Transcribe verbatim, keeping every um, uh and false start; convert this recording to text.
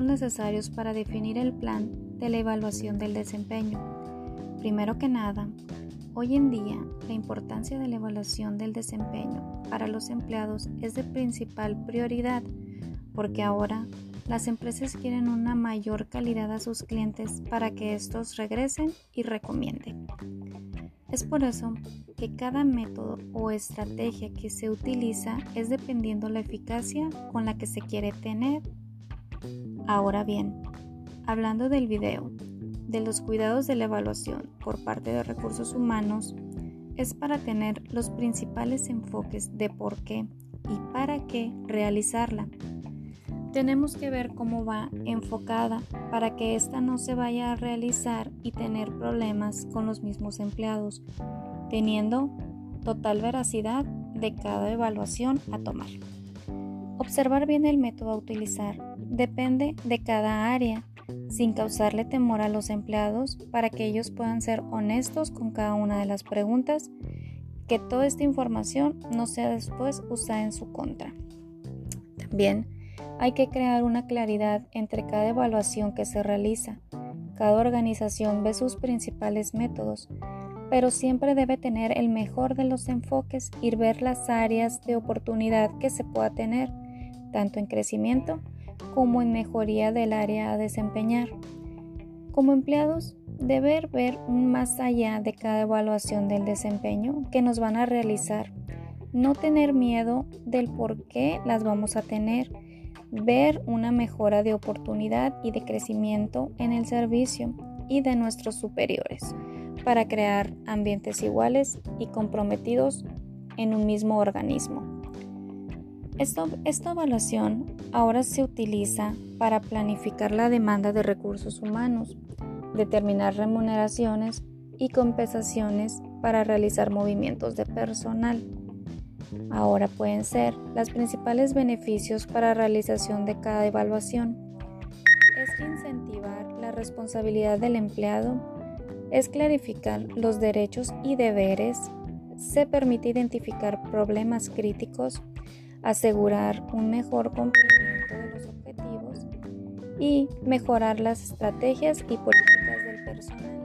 son necesarios para definir el plan de la evaluación del desempeño. Primero que nada, hoy en día la importancia de la evaluación del desempeño para los empleados es de principal prioridad, porque ahora las empresas quieren una mayor calidad a sus clientes para que estos regresen y recomienden. Es por eso que cada método o estrategia que se utiliza es dependiendo la eficacia con la que se quiere tener. Ahora bien, hablando del video, de los cuidados de la evaluación por parte de recursos humanos, es para tener los principales enfoques de por qué y para qué realizarla. Tenemos que ver cómo va enfocada para que ésta no se vaya a realizar y tener problemas con los mismos empleados, teniendo total veracidad de cada evaluación a tomar. Observar bien el método a utilizar depende de cada área, sin causarle temor a los empleados para que ellos puedan ser honestos con cada una de las preguntas, que toda esta información no sea después usada en su contra. También hay que crear una claridad entre cada evaluación que se realiza. Cada organización ve sus principales métodos, pero siempre debe tener el mejor de los enfoques y ver las áreas de oportunidad que se pueda tener, tanto en crecimiento como en mejoría del área a desempeñar. Como empleados, deber ver un más allá de cada evaluación del desempeño que nos van a realizar. No tener miedo del por qué las vamos a tener. Ver una mejora de oportunidad y de crecimiento en el servicio y de nuestros superiores para crear ambientes iguales y comprometidos en un mismo organismo. Esto, esta evaluación ahora se utiliza para planificar la demanda de recursos humanos, determinar remuneraciones y compensaciones para realizar movimientos de personal. Ahora pueden ser los principales beneficios para la realización de cada evaluación. Es incentivar la responsabilidad del empleado, es clarificar los derechos y deberes, se permite identificar problemas críticos, asegurar un mejor cumplimiento de los objetivos y mejorar las estrategias y políticas del personal.